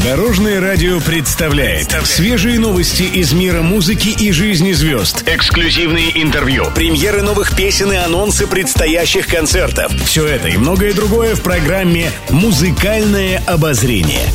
Дорожное радио представляет свежие новости из мира музыки и жизни звезд. Эксклюзивные интервью, премьеры новых песен и анонсы предстоящих концертов. Все это и многое другое в программе «Музыкальное обозрение».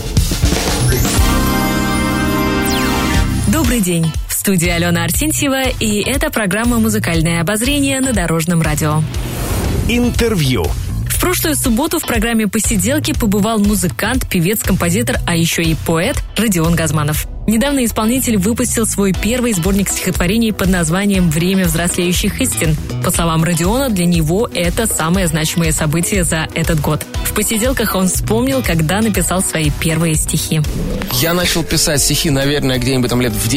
Добрый день. В студии Алена Арсентьева, и это программа «Музыкальное обозрение» на Дорожном радио. Интервью. В прошлую субботу в программе «Посиделки» побывал музыкант, певец, композитор, а еще и поэт Родион Газманов. Недавно исполнитель выпустил свой первый сборник стихотворений под названием «Время взрослеющих истин». По словам Родиона, для него это самое значимое событие за этот год. В «Посиделках» он вспомнил, когда написал свои первые стихи. Я начал писать стихи, наверное, где-нибудь там лет в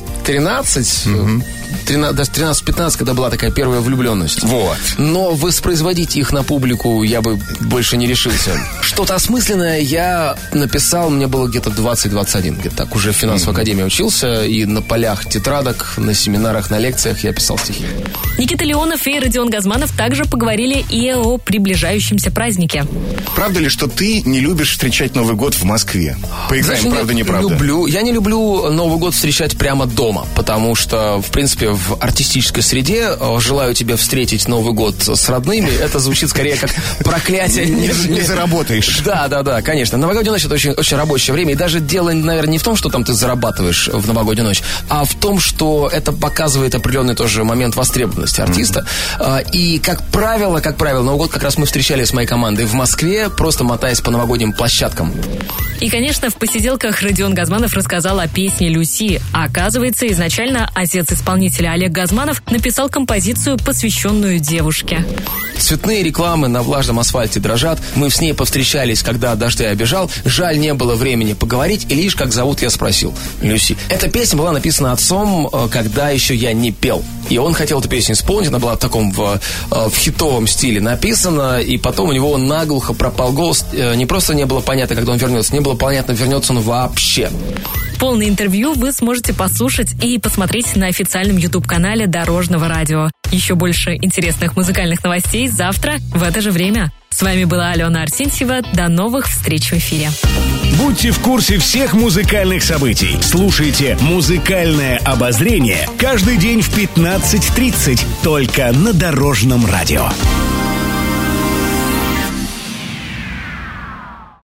10-13, даже 13-15, когда была такая первая влюбленность. Вот. Но воспроизводить их на публику я бы больше не решился. Что-то осмысленное я написал, мне было где-то 20-21, где-то так, уже в финансовой академии учился, и на полях тетрадок, на семинарах, на лекциях я писал стихи. Никита Леонов и Родион Газманов также поговорили и о приближающемся празднике. Правда ли, что ты не любишь встречать Новый год в Москве? Поиграем, правда, неправда? Я не люблю Новый год встречать прямо дома, потому что, в принципе, в артистической среде желаю тебе встретить Новый год с родными. Это звучит скорее как проклятие. Не заработаешь. Да, конечно. Новогодняя ночь — это очень рабочее время. И даже дело, наверное, не в том, что там ты зарабатываешь в новогоднюю ночь, а в том, что это показывает определенный тоже момент востребованности артиста. И, как правило, Новый год как раз мы встречали с моей командой в Москве, просто мотаясь по новогодним площадкам. И, конечно, в «Посиделках» Родион Газманов рассказал о песне «Люси». А оказывается, изначально отец исполнителя Олег Газманов написал композицию, посвященную девушке. Цветные рекламы на влажном асфальте дрожат. Мы с ней повстречались, когда дождя обижал. Жаль, не было времени поговорить, и лишь как зовут я спросил. Люси. Эта песня была написана отцом, когда еще я не пел. И он хотел эту песню исполнить. Она была в таком в хитовом стиле написана. И потом у него наглухо пропал голос. Не просто не было понятно, когда он вернется. Не было понятно, вернется он вообще. Полное интервью вы сможете послушать и посмотреть на официальном YouTube-канале Дорожного радио. Еще больше интересных музыкальных новостей завтра в это же время. С вами была Алена Арсентьева. До новых встреч в эфире. Будьте в курсе всех музыкальных событий. Слушайте «Музыкальное обозрение» каждый день в 15:30 только на Дорожном радио.